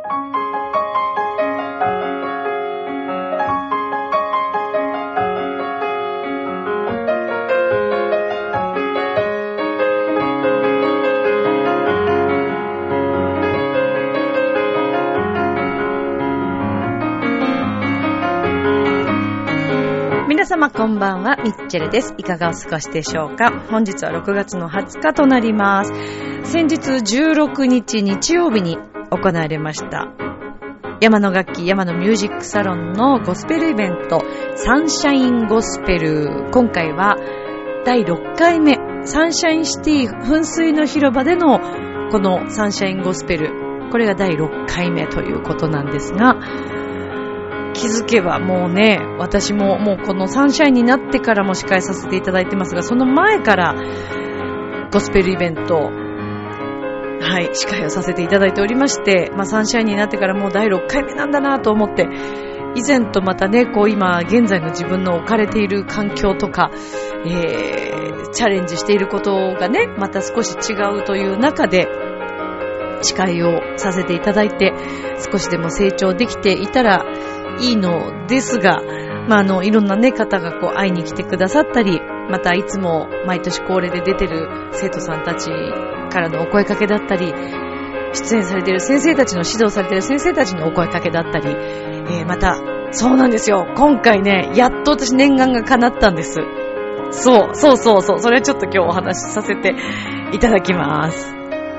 皆様こんばんは、ミッチェルです。いかがお過ごしでしょうか。本日は6月の20日となります。先日16日日曜日に行われました山の楽器山のミュージックサロンのゴスペルイベントサンシャインゴスペル。今回は第6回目サンシャインシティ噴水の広場でのこのサンシャインゴスペル、これが第6回目ということなんですが、気づけばもうね、私ももうこのサンシャインになってからも司会させていただいてますが、その前からゴスペルイベント、司会をさせていただいておりまして、サンシャインになってからもう第6回目なんだなと思って、以前とまたね、こう今現在の自分の置かれている環境とか、チャレンジしていることがね、また少し違うという中で司会をさせていただいて、少しでも成長できていたらいいのですが、いろんなね方がこう会いに来てくださったり、またいつも毎年恒例で出てる生徒さんたちからのお声かけだったり、出演されている先生たちの指導されている先生たちのお声かけだったり、またそうなんですよ、今回ねやっと私念願が叶ったんです。そうそれちょっと今日お話しさせていただきます。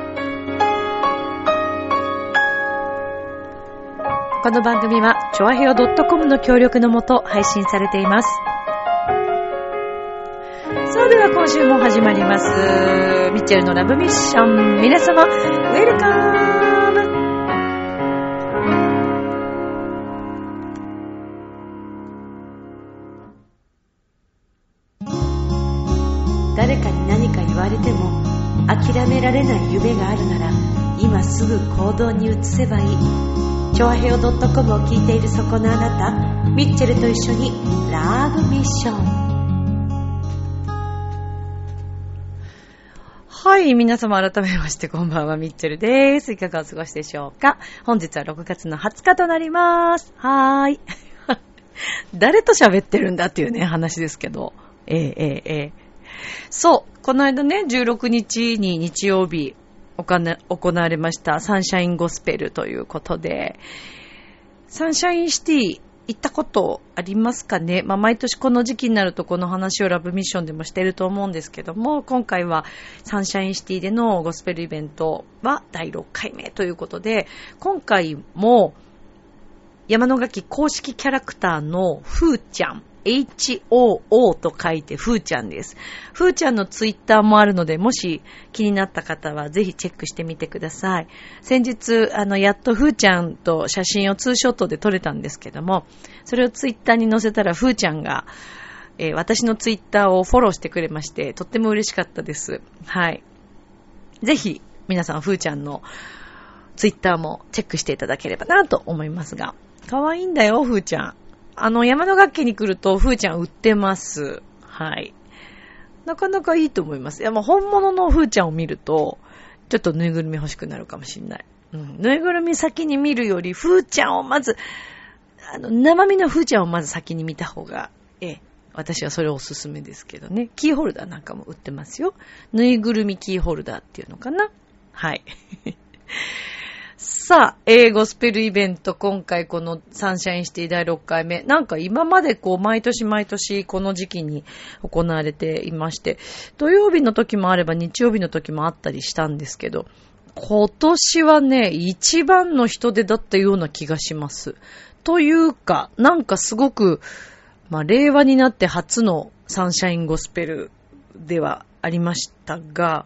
この番組はチョアヘオ .com の協力のもと配信されています。それでは今週も始まりますミッチェルのラブミッション。皆様ウェルカム。 誰かに何か言われても諦められない夢があるなら今すぐ行動に移せばいい。チョアヘオ .com を聞いているそこのあなた、ミッチェルと一緒にラブミッション。 はい、皆様改めましてこんばんは、ミッチェルです。いかがお過ごしでしょうか。本日は6月の20日となります。はーい誰と喋ってるんだっていうね話ですけど、そう、この間ね16日に日曜日行われましたサンシャインゴスペルということで、サンシャインシティ行ったことありますかね。毎年この時期になるとこの話をラブミッションでもしていると思うんですけども、今回はサンシャインシティでのゴスペルイベントは第6回目ということで、今回も山の楽器公式キャラクターのふーちゃん、HOO と書いてふーちゃんです。ふーちゃんのツイッターもあるので、もし気になった方はぜひチェックしてみてください。先日やっとふーちゃんと写真をツーショットで撮れたんですけども、それをツイッターに載せたらふーちゃんが、私のツイッターをフォローしてくれまして、とっても嬉しかったです。はい。ぜひ皆さんふーちゃんのツイッターもチェックしていただければなと思いますが、可愛いんだよふーちゃん。山の楽器に来るとふーちゃん売ってます。はい。なかなかいいと思います。本物のふーちゃんを見るとちょっとぬいぐるみ欲しくなるかもしれない。ぬいぐるみ先に見るよりふーちゃんをまず生身のふーちゃんをまず先に見た方が私はそれおすすめですけどね。キーホルダーなんかも売ってますよ。ぬいぐるみキーホルダーっていうのかな。はいさあ、ゴスペルイベント、今回このサンシャインシティ第6回目。なんか今まで毎年毎年この時期に行われていまして、土曜日の時もあれば日曜日の時もあったりしたんですけど、今年はね、一番の人出だったような気がします。というか、なんかすごく、令和になって初のサンシャインゴスペルではありましたが、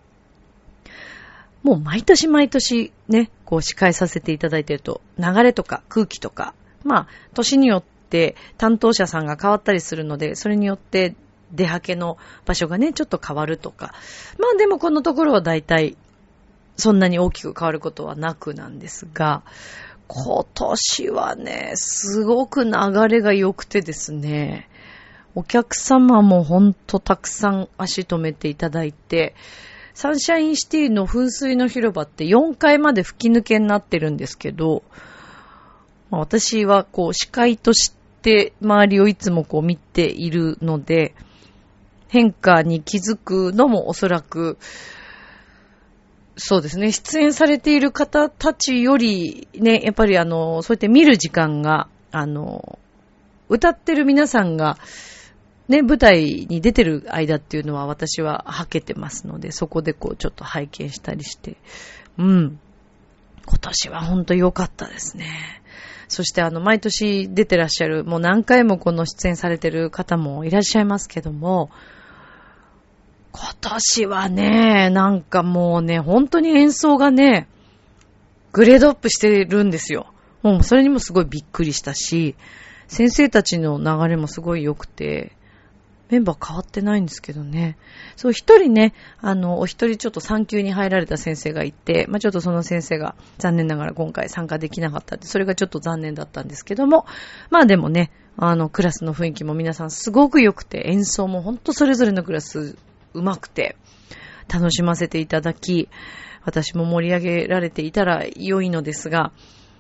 もう毎年毎年ね、司会させていただいていると、流れとか空気とか、年によって担当者さんが変わったりするので、それによって出はけの場所がね、ちょっと変わるとか。でもこのところは大体、そんなに大きく変わることはなくなんですが、今年はね、すごく流れが良くてですね、お客様もほんとたくさん足止めていただいて、 サンシャインシティの噴水の広場って4階まで吹き抜けになってるんですけど、私はこう視界として周りをいつもこう見ているので、変化に気づくのもおそらく、そうですね、出演されている方たちよりね、やっぱりそうやって見る時間が、歌ってる皆さんが、ね、舞台に出てる間っていうのは私ははけてますので、そこでこうちょっと拝見したりして、今年は本当良かったですね。そして毎年出てらっしゃる、もう何回もこの出演されてる方もいらっしゃいますけども、今年はね、なんかもうね、本当に演奏がね、グレードアップしてるんですよ。もうそれにもすごいびっくりしたし、先生たちの流れもすごい良くて、メンバー変わってないんですけどね。そう、一人ね、お一人ちょっと産休に入られた先生がいて、ちょっとその先生が残念ながら今回参加できなかったって、それがちょっと残念だったんですけども、でもね、クラスの雰囲気も皆さんすごく良くて、演奏もほんとそれぞれのクラス上手くて、楽しませていただき、私も盛り上げられていたら良いのですが、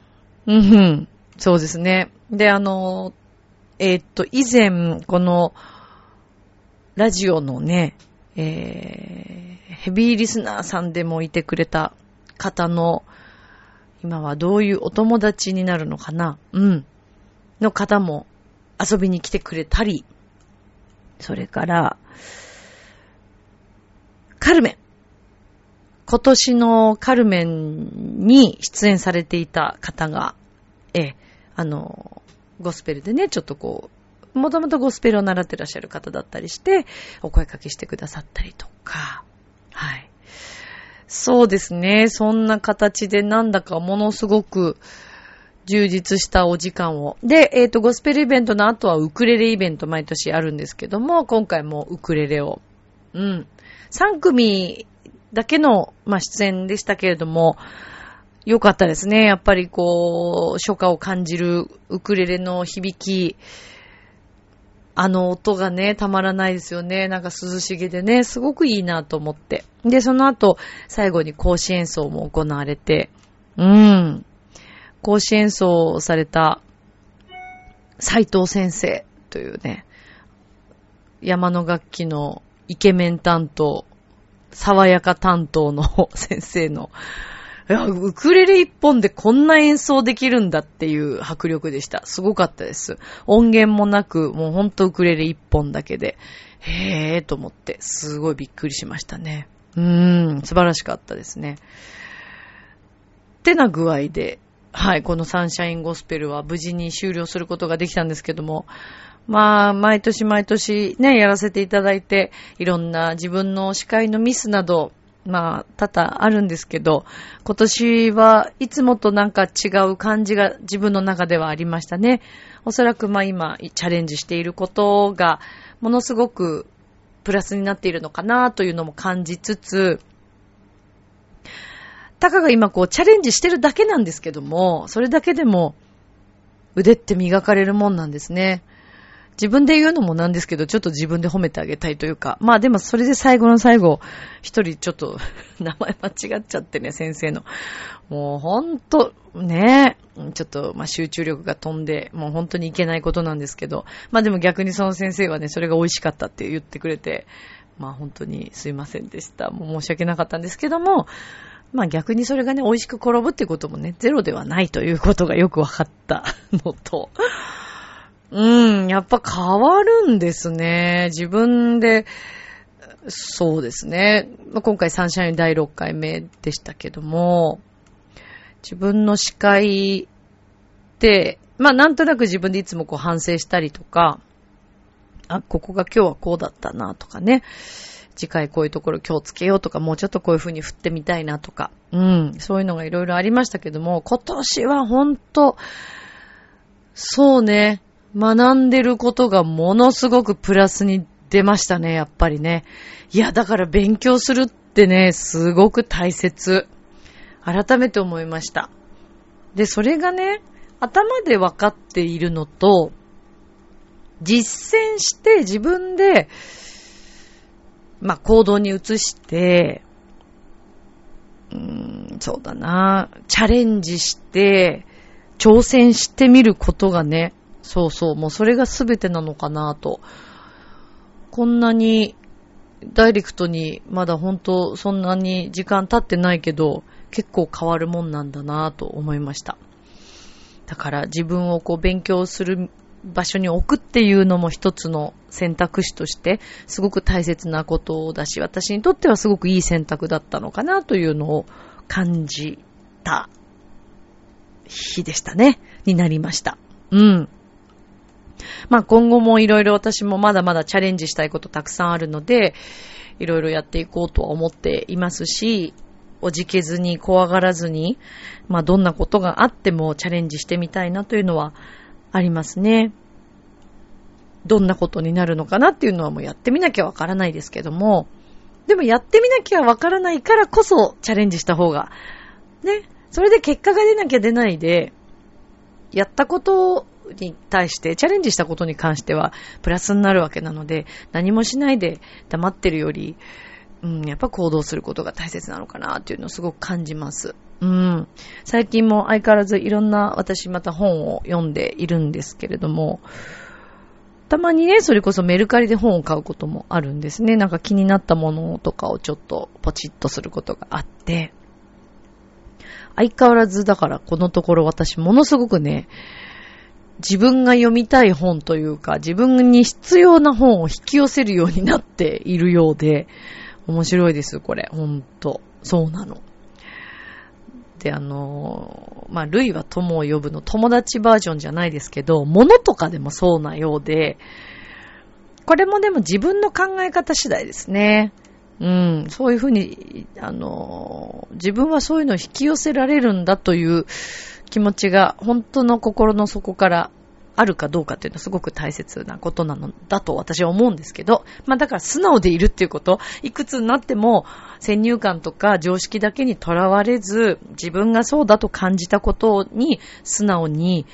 そうですね。で、以前、この、ラジオのね、ヘビーリスナーさんでもいてくれた方の、今はどういうお友達になるのかな、の方も遊びに来てくれたり、それから、カルメン。今年のカルメンに出演されていた方が、ゴスペルでね、ちょっとこう、もともとゴスペルを習ってらっしゃる方だったりして、お声かけしてくださったりとか、はい。そうですね、そんな形でなんだかものすごく充実したお時間を。で、ゴスペルイベントの後はウクレレイベント毎年あるんですけども、今回もウクレレを、3組だけの、出演でしたけれども、良かったですね。やっぱりこう、初夏を感じるウクレレの響き、音がね、たまらないですよね。なんか涼しげでね、すごくいいなと思って。で、その後、最後に講師演奏も行われて、講師演奏された斉藤先生というね、山の楽器のイケメン担当、爽やか担当の先生の、ウクレレ一本でこんな演奏できるんだっていう迫力でした。すごかったです。音源もなく、もうほんとウクレレ一本だけで、へーと思って、すごいびっくりしましたね。素晴らしかったですね。ってな具合で、はい、このサンシャインゴスペルは無事に終了することができたんですけども、毎年毎年ね、やらせていただいて、いろんな自分の司会のミスなど、多々あるんですけど、今年はいつもとなんか違う感じが自分の中ではありましたね。おそらく今チャレンジしていることがものすごくプラスになっているのかなというのも感じつつ、たかが今こうチャレンジしてるだけなんですけども、それだけでも腕って磨かれるもんなんですね。自分で言うのもなんですけど、ちょっと自分で褒めてあげたいというか、でもそれで最後の最後、一人ちょっと名前間違っちゃってね、先生の。もうほんと、ね、ちょっと集中力が飛んで、もう本当にいけないことなんですけど、でも逆にその先生はね、それが美味しかったって言ってくれて、本当にすいませんでした。もう申し訳なかったんですけども、逆にそれがね、美味しく転ぶってこともね、ゼロではないということがよくわかったのと、やっぱ変わるんですね。自分で、そうですね。今回サンシャイン第6回目でしたけども、自分の司会って、なんとなく自分でいつもこう反省したりとか、ここが今日はこうだったなとかね、次回こういうところ気をつけようとか、もうちょっとこういう風に振ってみたいなとか、そういうのがいろいろありましたけども、今年は本当、そうね、学んでることがものすごくプラスに出ましたね、やっぱりね。いや、だから勉強するってね、すごく大切。改めて思いました。で、それがね、頭で分かっているのと、実践して自分で、行動に移して、 そうだな、チャレンジして、挑戦してみることがね、もうそれが全てなのかなと。こんなにダイレクトにまだ本当そんなに時間経ってないけど、結構変わるもんなんだなと思いました。だから自分を勉強する場所に置くっていうのも一つの選択肢としてすごく大切なことだし、私にとってはすごくいい選択だったのかなというのを感じた日でしたね。になりました。今後もいろいろ私もまだまだチャレンジしたいことたくさんあるので、いろいろやっていこうとは思っていますし、おじけずに怖がらずに、どんなことがあってもチャレンジしてみたいなというのはありますね。どんなことになるのかなっていうのはもうやってみなきゃわからないですけども、でもやってみなきゃわからないからこそチャレンジした方がね、それで結果が出なきゃ出ないで、やったことに対してチャレンジしたことに関してはプラスになるわけなので、何もしないで黙ってるより、やっぱ行動することが大切なのかなっていうのをすごく感じます。最近も相変わらずいろんな私また本を読んでいるんですけれども、たまにね、それこそメルカリで本を買うこともあるんですね。なんか気になったものとかをちょっとポチッとすることがあって、相変わらずだからこのところ私ものすごくね、自分が読みたい本というか自分に必要な本を引き寄せるようになっているようで、面白いですこれ。ほんとそうなので、類は友を呼ぶの友達バージョンじゃないですけど、物とかでもそうなようで、これもでも自分の考え方次第ですね。そういうふうに自分はそういうのを引き寄せられるんだという気持ちが本当の心の底からあるかどうかっていうのはすごく大切なことなのだと私は思うんですけど、だから素直でいるっていうこと、いくつになっても先入観とか常識だけにとらわれず、自分がそうだと感じたことに素直に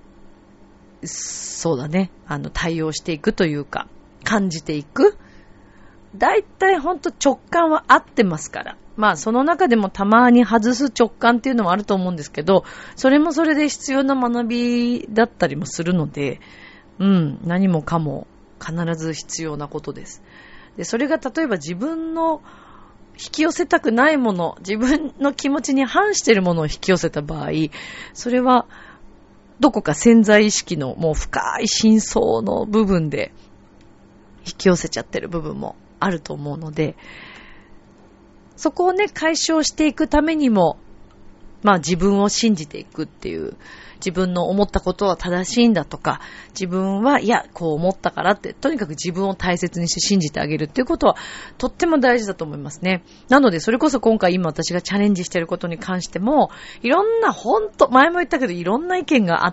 そうだね、対応していくというか感じていく。だいたいほんと直感は合ってますから。その中でもたまに外す直感っていうのもあると思うんですけど、それもそれで必要な学びだったりもするので、何もかも必ず必要なことです。で、それが例えば自分の引き寄せたくないもの、自分の気持ちに反しているものを引き寄せた場合、それはどこか潜在意識のもう深い深層の部分で引き寄せちゃってる部分もあると思うので、そこをね、解消していくためにも、自分を信じていくっていう、自分の思ったことは正しいんだとか、自分は、こう思ったからって、とにかく自分を大切にして信じてあげるっていうことは、とっても大事だと思いますね。なので、それこそ今回今私がチャレンジしていることに関しても、いろんな前も言ったけど、いろんな意見があって、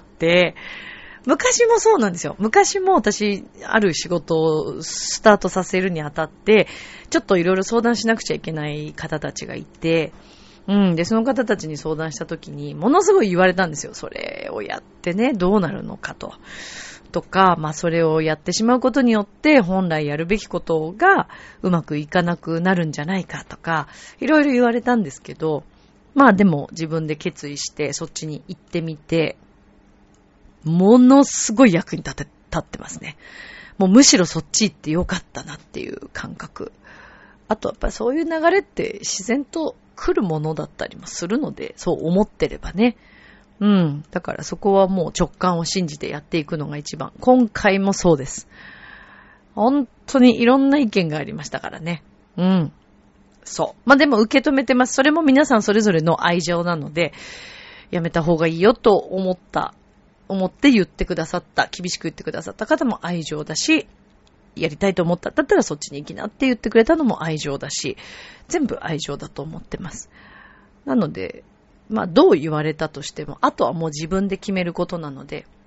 昔もそうなんですよ。昔も私、ある仕事をスタートさせるにあたって、ちょっといろいろ相談しなくちゃいけない方たちがいて、で、その方たちに相談したときに、ものすごい言われたんですよ。それをやってね、どうなるのかとか、それをやってしまうことによって、本来やるべきことがうまくいかなくなるんじゃないかとか、いろいろ言われたんですけど、でも自分で決意して、そっちに行ってみて、ものすごい役に立ってますね。もうむしろそっち行ってよかったなっていう感覚。あとやっぱりそういう流れって自然と来るものだったりもするので、そう思ってればね。だからそこはもう直感を信じてやっていくのが一番。今回もそうです。本当にいろんな意見がありましたからね。そう。でも受け止めてます。それも皆さんそれぞれの愛情なので、やめた方がいいよと思って言ってくださった、厳しく言ってくださった方も愛情だし、やりたいと思っただったらそっちに行きなって言ってくれたのも愛情だし、全部愛情だと思ってます。なので、どう言われたとしても、あとはもう自分で決めることなので、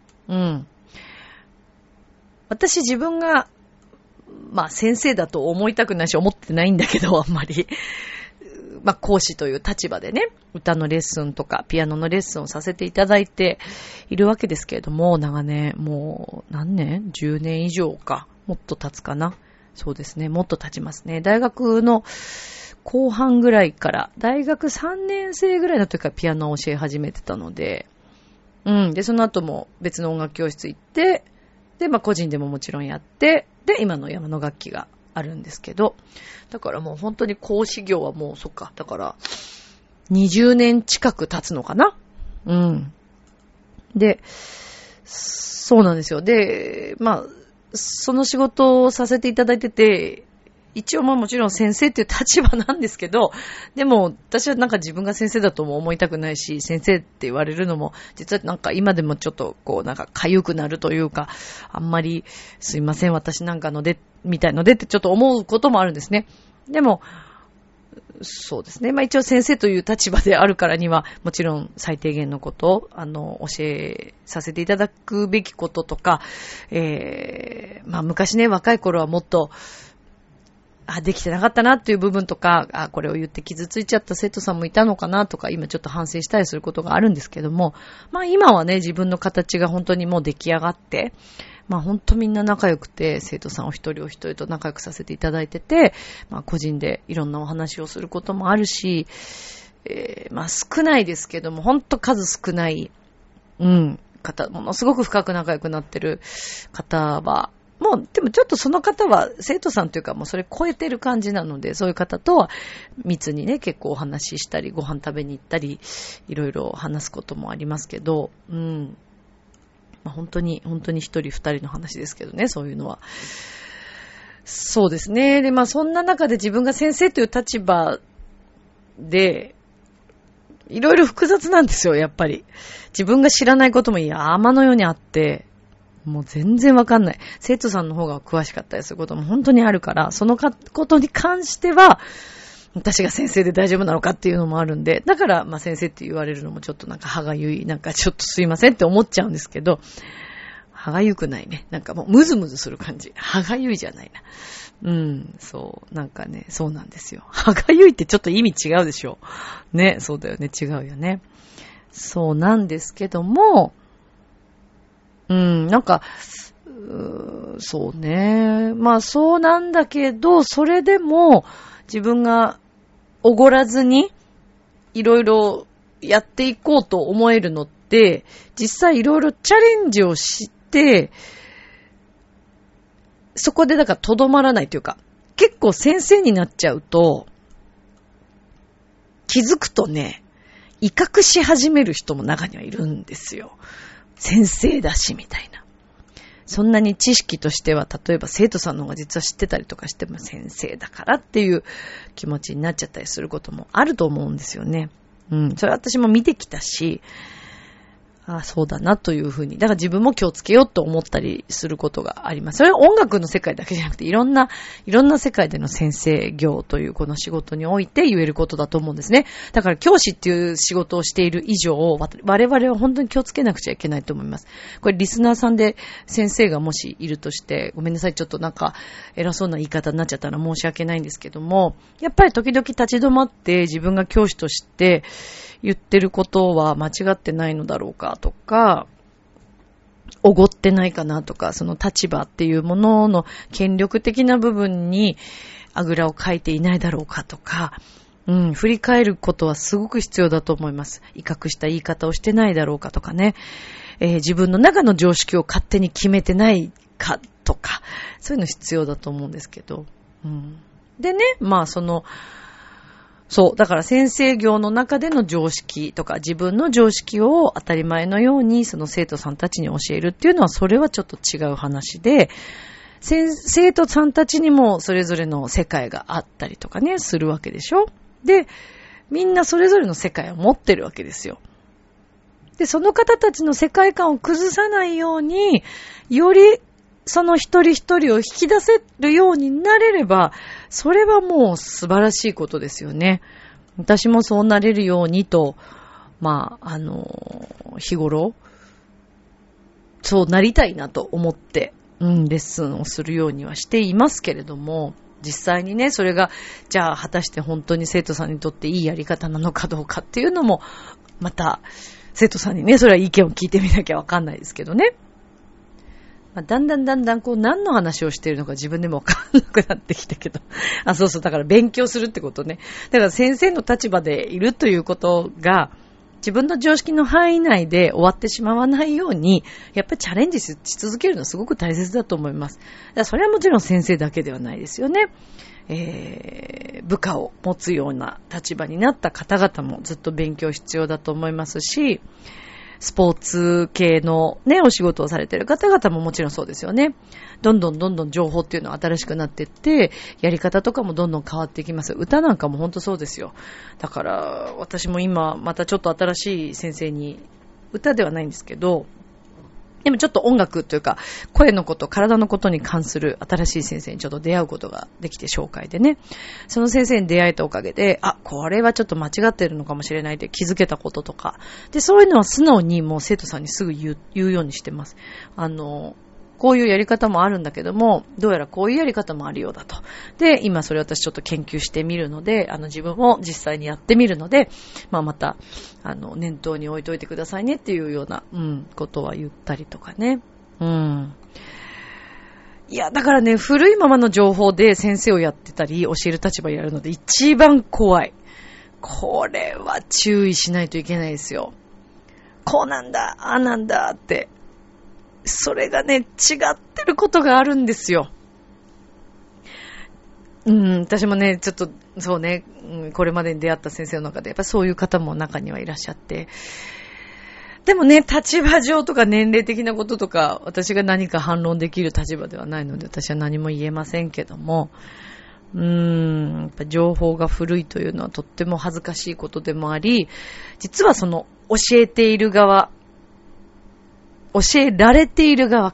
私自分が、先生だと思いたくないし思ってないんだけど、あんまり。講師という立場でね、歌のレッスンとかピアノのレッスンをさせていただいているわけですけれども、長年、もう何年 ?10 年以上か。もっと経つかな。そうですね。もっと経ちますね。大学の後半ぐらいから、大学3年生ぐらいの時からピアノを教え始めてたので、で、その後も別の音楽教室行って、で、個人でももちろんやって、で、今の山の楽器があるんですけど、だからもう本当に講師業はもう、だから、20年近く経つのかな？で、そうなんですよ。で、その仕事をさせていただいてて、一応もちろん先生っていう立場なんですけど、でも私は自分が先生だとも思いたくないし、先生って言われるのも、実は今でもちょっと痒くなるというか、あんまりすいません、私みたいのでってちょっと思うこともあるんですね。でも、そうですね。一応先生という立場であるからには、もちろん最低限のこと、教えさせていただくべきこととか、昔ね、若い頃はもっと、できてなかったなっていう部分とか、これを言って傷ついちゃった生徒さんもいたのかなとか、今ちょっと反省したりすることがあるんですけども、今はね、自分の形が本当にもう出来上がって、本当みんな仲良くて、生徒さんお一人お一人と仲良くさせていただいてて、個人でいろんなお話をすることもあるし、少ないですけども、本当数少ない、方、ものすごく深く仲良くなってる方は、でもちょっとその方は生徒さんというかもうそれ超えてる感じなので、そういう方とは密にね、結構お話ししたり、ご飯食べに行ったり、いろいろ話すこともありますけど、本当に一人二人の話ですけどね、そういうのは。そうですね。で、そんな中で自分が先生という立場で、いろいろ複雑なんですよ、やっぱり。自分が知らないことも山のようにあって、もう全然わかんない。生徒さんの方が詳しかったりすることも本当にあるから、そのことに関しては、私が先生で大丈夫なのかっていうのもあるんで、だから、先生って言われるのもちょっと歯がゆい、ちょっとすいませんって思っちゃうんですけど、歯がゆくないね。もうムズムズする感じ。歯がゆいじゃないな。そう。そうなんですよ。歯がゆいってちょっと意味違うでしょ。ね、そうだよね。違うよね。そうなんですけども、そうね。そうなんだけど、それでも自分がおごらずにいろいろやっていこうと思えるのって、実際いろいろチャレンジをして、そこでとどまらないというか、結構先生になっちゃうと、気づくとね、威嚇し始める人も中にはいるんですよ。先生だしみたいな。そんなに知識としては、例えば生徒さんの方が実は知ってたりとかしても先生だからっていう気持ちになっちゃったりすることもあると思うんですよね。それは私も見てきたし、そうだなというふうに。だから自分も気をつけようと思ったりすることがあります。それは音楽の世界だけじゃなくて、いろんな世界での先生業というこの仕事において言えることだと思うんですね。だから教師っていう仕事をしている以上、我々は本当に気をつけなくちゃいけないと思います。これリスナーさんで先生がもしいるとして、ごめんなさい、ちょっと偉そうな言い方になっちゃったら申し訳ないんですけども、やっぱり時々立ち止まって自分が教師として言ってることは間違ってないのだろうかとか、おごってないかなとか、その立場っていうものの権力的な部分にあぐらをかいていないだろうかとか、振り返ることはすごく必要だと思います。威嚇した言い方をしてないだろうかとかね、自分の中の常識を勝手に決めてないかとか、そういうの必要だと思うんですけど、でね、そう。だから先生業の中での常識とか自分の常識を当たり前のようにその生徒さんたちに教えるっていうのはそれはちょっと違う話で、生徒さんたちにもそれぞれの世界があったりとかね、するわけでしょ。で、みんなそれぞれの世界を持ってるわけですよ。で、その方たちの世界観を崩さないように、よりその一人一人を引き出せるようになれれば、それはもう素晴らしいことですよね。私もそうなれるようにと、日頃、そうなりたいなと思って、レッスンをするようにはしていますけれども、実際にね、それが、じゃあ果たして本当に生徒さんにとっていいやり方なのかどうかっていうのも、また、生徒さんにね、それは意見を聞いてみなきゃわかんないですけどね。 だんだんこう何の話をしているのか自分でもわかんなくなってきたけど。そうそう、だから勉強するってことね。だから先生の立場でいるということが、自分の常識の範囲内で終わってしまわないように、やっぱりチャレンジし続けるのはすごく大切だと思います。だからそれはもちろん先生だけではないですよね。部下を持つような立場になった方々もずっと勉強必要だと思いますし、スポーツ系のね、お仕事をされている方々ももちろんそうですよね。どんどん情報っていうのは新しくなっていって、やり方とかもどんどん変わっていきます。歌なんかも本当そうですよ。だから、私も今、またちょっと新しい先生に、歌ではないんですけど、でもちょっと音楽というか、声のこと、体のことに関する新しい先生にちょっと出会うことができて紹介でね。その先生に出会えたおかげで、これはちょっと間違ってるのかもしれないって気づけたこととか。で、そういうのは素直にもう生徒さんにすぐ言うようにしてます。こういうやり方もあるんだけども、どうやらこういうやり方もあるようだと。で、今それ私ちょっと研究してみるので、自分も実際にやってみるので、また、念頭に置いといてくださいねっていうような、ことは言ったりとかね。いや、だからね、古いままの情報で先生をやってたり、教える立場にやるので一番怖い。これは注意しないといけないですよ。こうなんだ、なんだって。それがね、違ってることがあるんですよ。私もね、ちょっと、そうね、これまでに出会った先生の中で、やっぱりそういう方も中にはいらっしゃって。でもね、立場上とか年齢的なこととか、私が何か反論できる立場ではないので、私は何も言えませんけども、やっぱ情報が古いというのはとっても恥ずかしいことでもあり、実はその教えている側、教えられている側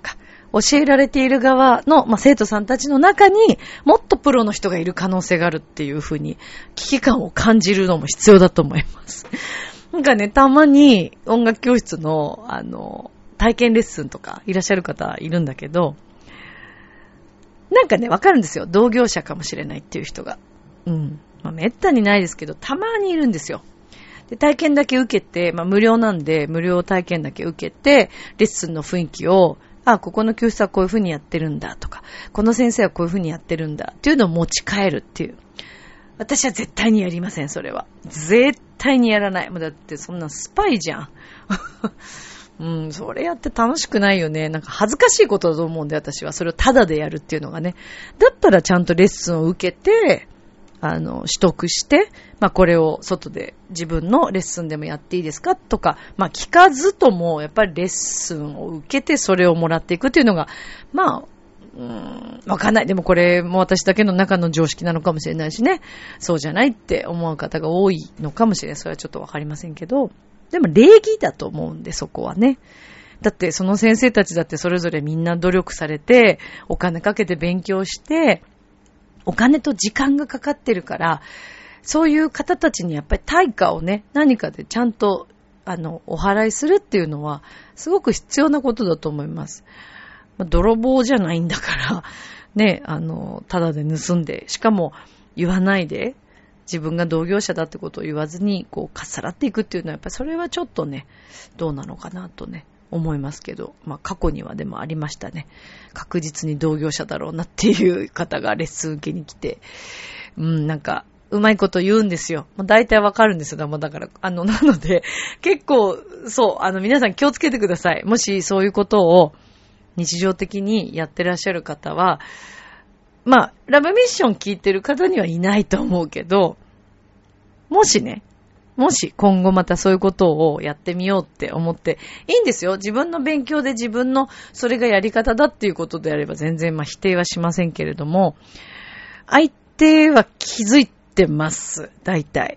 の、生徒さんたちの中にもっとプロの人がいる可能性があるっていうふうに危機感を感じるのも必要だと思います。なんかね、たまに音楽教室の体験レッスンとかいらっしゃる方いるんだけど、なんかね、わかるんですよ。同業者かもしれないっていう人が。めったにないですけど、たまにいるんですよ。で、体験だけ受けて、無料なんで、無料体験だけ受けて、レッスンの雰囲気を、ここの教室はこういう風にやってるんだとか、この先生はこういう風にやってるんだっていうのを持ち帰るっていう。私は絶対にやりません、それは。絶対にやらない。だってそんなスパイじゃん。それやって楽しくないよね。なんか恥ずかしいことだと思うんで、私は。それをタダでやるっていうのがね。だったらちゃんとレッスンを受けて、取得して、これを外で自分のレッスンでもやっていいですかとか、聞かずとも、やっぱりレッスンを受けてそれをもらっていくっていうのが、わかんない。でもこれも私だけの中の常識なのかもしれないしね。そうじゃないって思う方が多いのかもしれない。それはちょっとわかりませんけど、でも礼儀だと思うんで、そこはね。だってその先生たちだってそれぞれみんな努力されて、お金かけて勉強して、お金と時間がかかってるから、そういう方たちにやっぱり対価をね、何かでちゃんと、お払いするっていうのは、すごく必要なことだと思います。泥棒じゃないんだから、ね、ただで盗んで、しかも言わないで、自分が同業者だってことを言わずに、かっさらっていくっていうのは、やっぱりそれはちょっとね、どうなのかなとね、思いますけど、過去にはでもありましたね。確実に同業者だろうなっていう方がレッスン受けに来て、なんか、うまいこと言うんですよ。大体わかるんですよ。だから、なので、結構、そう、皆さん気をつけてください。もしそういうことを日常的にやってらっしゃる方は、ラブミッション聞いてる方にはいないと思うけど、もし今後またそういうことをやってみようって思って、いいんですよ。自分の勉強で自分のそれがやり方だっていうことであれば全然否定はしませんけれども、相手は気づいてます。大体。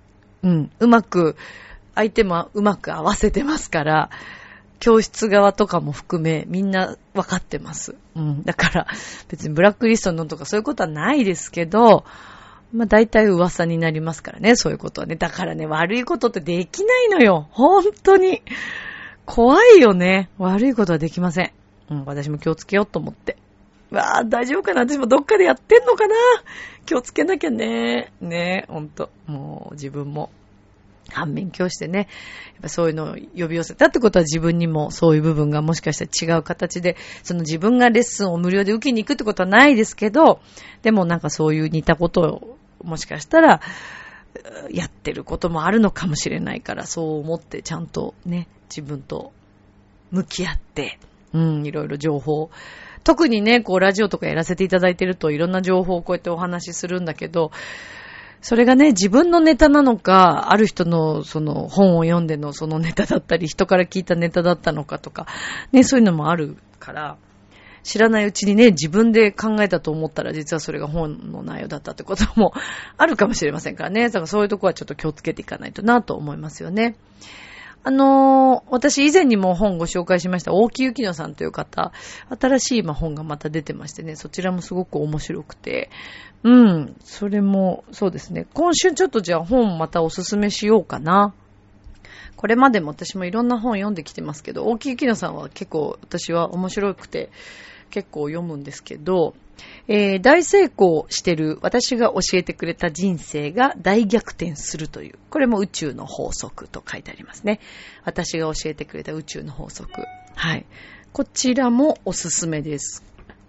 相手もうまく合わせてますから、教室側とかも含めみんな分かってます。だから別にブラックリストのとかそういうことはないですけど、大体噂になりますからね、そういうことはね。だからね、悪いことってできないのよ。本当に。怖いよね。悪いことはできません。私も気をつけようと思って。大丈夫かな？私もどっかでやってんのかな？気をつけなきゃね。ね、ほんと。もう自分も反面教師でね、やっぱそういうのを呼び寄せたってことは自分にもそういう部分がもしかしたら違う形で、その自分がレッスンを無料で受けに行くってことはないですけど、でもなんかそういう似たことをもしかしたらやってることもあるのかもしれないから、そう思ってちゃんとね、自分と向き合って、いろいろ情報、特にね、こうラジオとかやらせていただいてるといろんな情報をこうやってお話しするんだけど、それがね、自分のネタなのか、ある人のその本を読んでのそのネタだったり、人から聞いたネタだったのかとか、ね、そういうのもあるから、知らないうちにね、自分で考えたと思ったら実はそれが本の内容だったってこともあるかもしれませんからね。だからそういうとこはちょっと気をつけていかないとなと思いますよね。私以前にも本ご紹介しました大木幸乃さんという方、新しい本がまた出てましてね、そちらもすごく面白くて、それもそうですね。今週ちょっとじゃあ本またおすすめしようかな。これまでも私もいろんな本読んできてますけど、大木幸乃さんは結構私は面白くて結構読むんですけど、大成功してる私が教えてくれた人生が大逆転するという、これも宇宙の法則と書いてありますね。私が教えてくれた宇宙の法則。はい。こちらもおすすめです。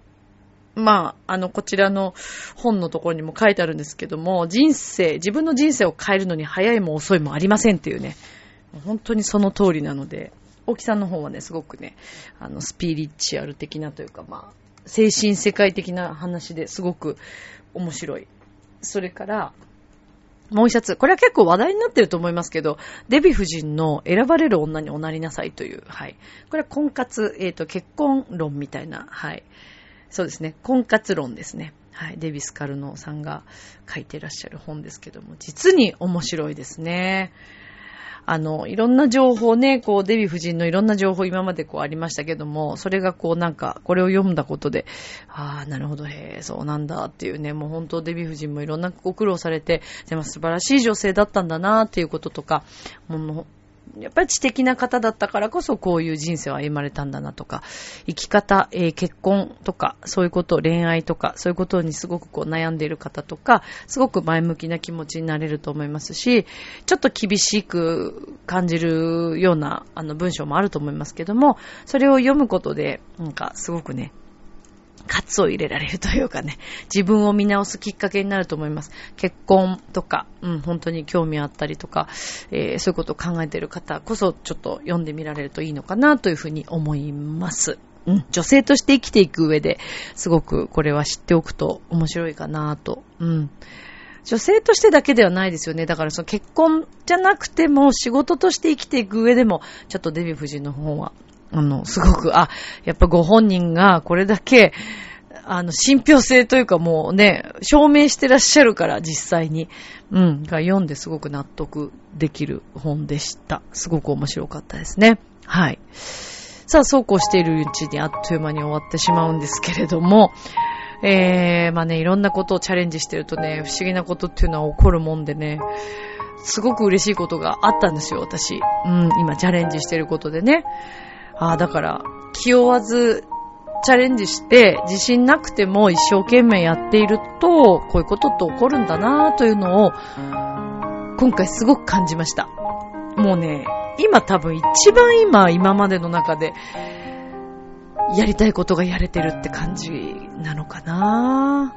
こちらの本のところにも書いてあるんですけども、自分の人生を変えるのに早いも遅いもありませんっていうね、本当にその通りなので、大木さんの本はね、すごくね、スピリチュアル的なというか、精神世界的な話ですごく面白い。それから、もう一冊、これは結構話題になってると思いますけど、デヴィ夫人の選ばれる女におなりなさいという、はい。これは婚活、結婚論みたいな、はい。そうですね、婚活論ですね。はい。デヴィスカルノさんが書いてらっしゃる本ですけども、実に面白いですね。いろんな情報ね、こう、デヴィ夫人のいろんな情報今までこうありましたけども、それがこうなんか、これを読んだことで、なるほど、そうなんだっていうね、もう本当デヴィ夫人もいろんなご苦労されて、でも素晴らしい女性だったんだなっていうこととか、もうやっぱり知的な方だったからこそこういう人生を歩まれたんだなとか、生き方、結婚とか、そういうこと、恋愛とか、そういうことにすごくこう悩んでいる方とか、すごく前向きな気持ちになれると思いますし、ちょっと厳しく感じるような文章もあると思いますけども、それを読むことで、なんかすごくね、喝を入れられるというかね、自分を見直すきっかけになると思います。結婚とか、本当に興味あったりとか、そういうことを考えている方こそちょっと読んでみられるといいのかなというふうに思います。女性として生きていく上ですごくこれは知っておくと面白いかなと。女性としてだけではないですよね。だからその結婚じゃなくても仕事として生きていく上でも、ちょっとデヴィ夫人の本はすごく、やっぱご本人がこれだけ、信憑性というかもうね、証明してらっしゃるから、実際に。が読んですごく納得できる本でした。すごく面白かったですね。はい。さあ、そうこうしているうちにあっという間に終わってしまうんですけれども、いろんなことをチャレンジしてるとね、不思議なことっていうのは起こるもんでね、すごく嬉しいことがあったんですよ、私。今チャレンジしてることでね。だから、気負わずチャレンジして、自信なくても一生懸命やっていると、こういうことって起こるんだなというのを、今回すごく感じました。もうね、今多分一番今までの中で、やりたいことがやれてるって感じなのかな。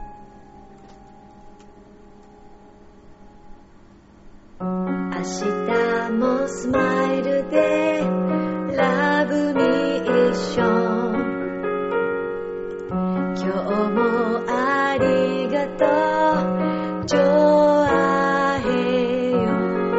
明日もスマイルでラブミッション、今日もありがとうジョアヘヨ。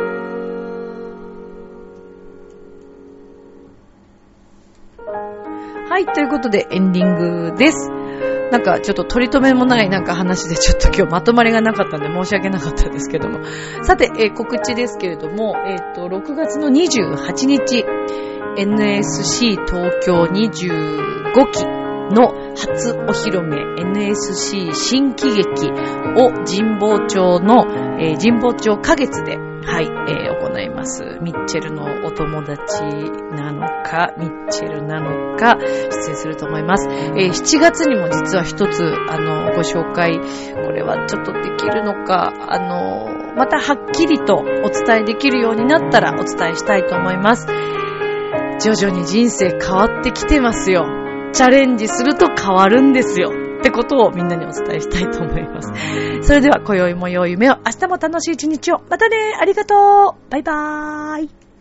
はい、ということでエンディングです。なんかちょっと取り留めもないなんか話でちょっと今日まとまりがなかったんで申し訳なかったんですけども。さて、告知ですけれども、6月の28日、NSC 東京25期の初お披露目 NSC 新喜劇を神保町の、神保町花月で、はい、行います。ミッチェルのお友達なのか、ミッチェルなのか、出演すると思います。7月にも実は一つ、ご紹介、これはちょっとできるのか、 またはっきりとお伝えできるようになったらお伝えしたいと思います。徐々に人生変わってきてますよ。チャレンジすると変わるんですよってことをみんなにお伝えしたいと思います。それでは今宵も良い夢を、明日も楽しい一日を。またね、ありがとう。バイバーイ。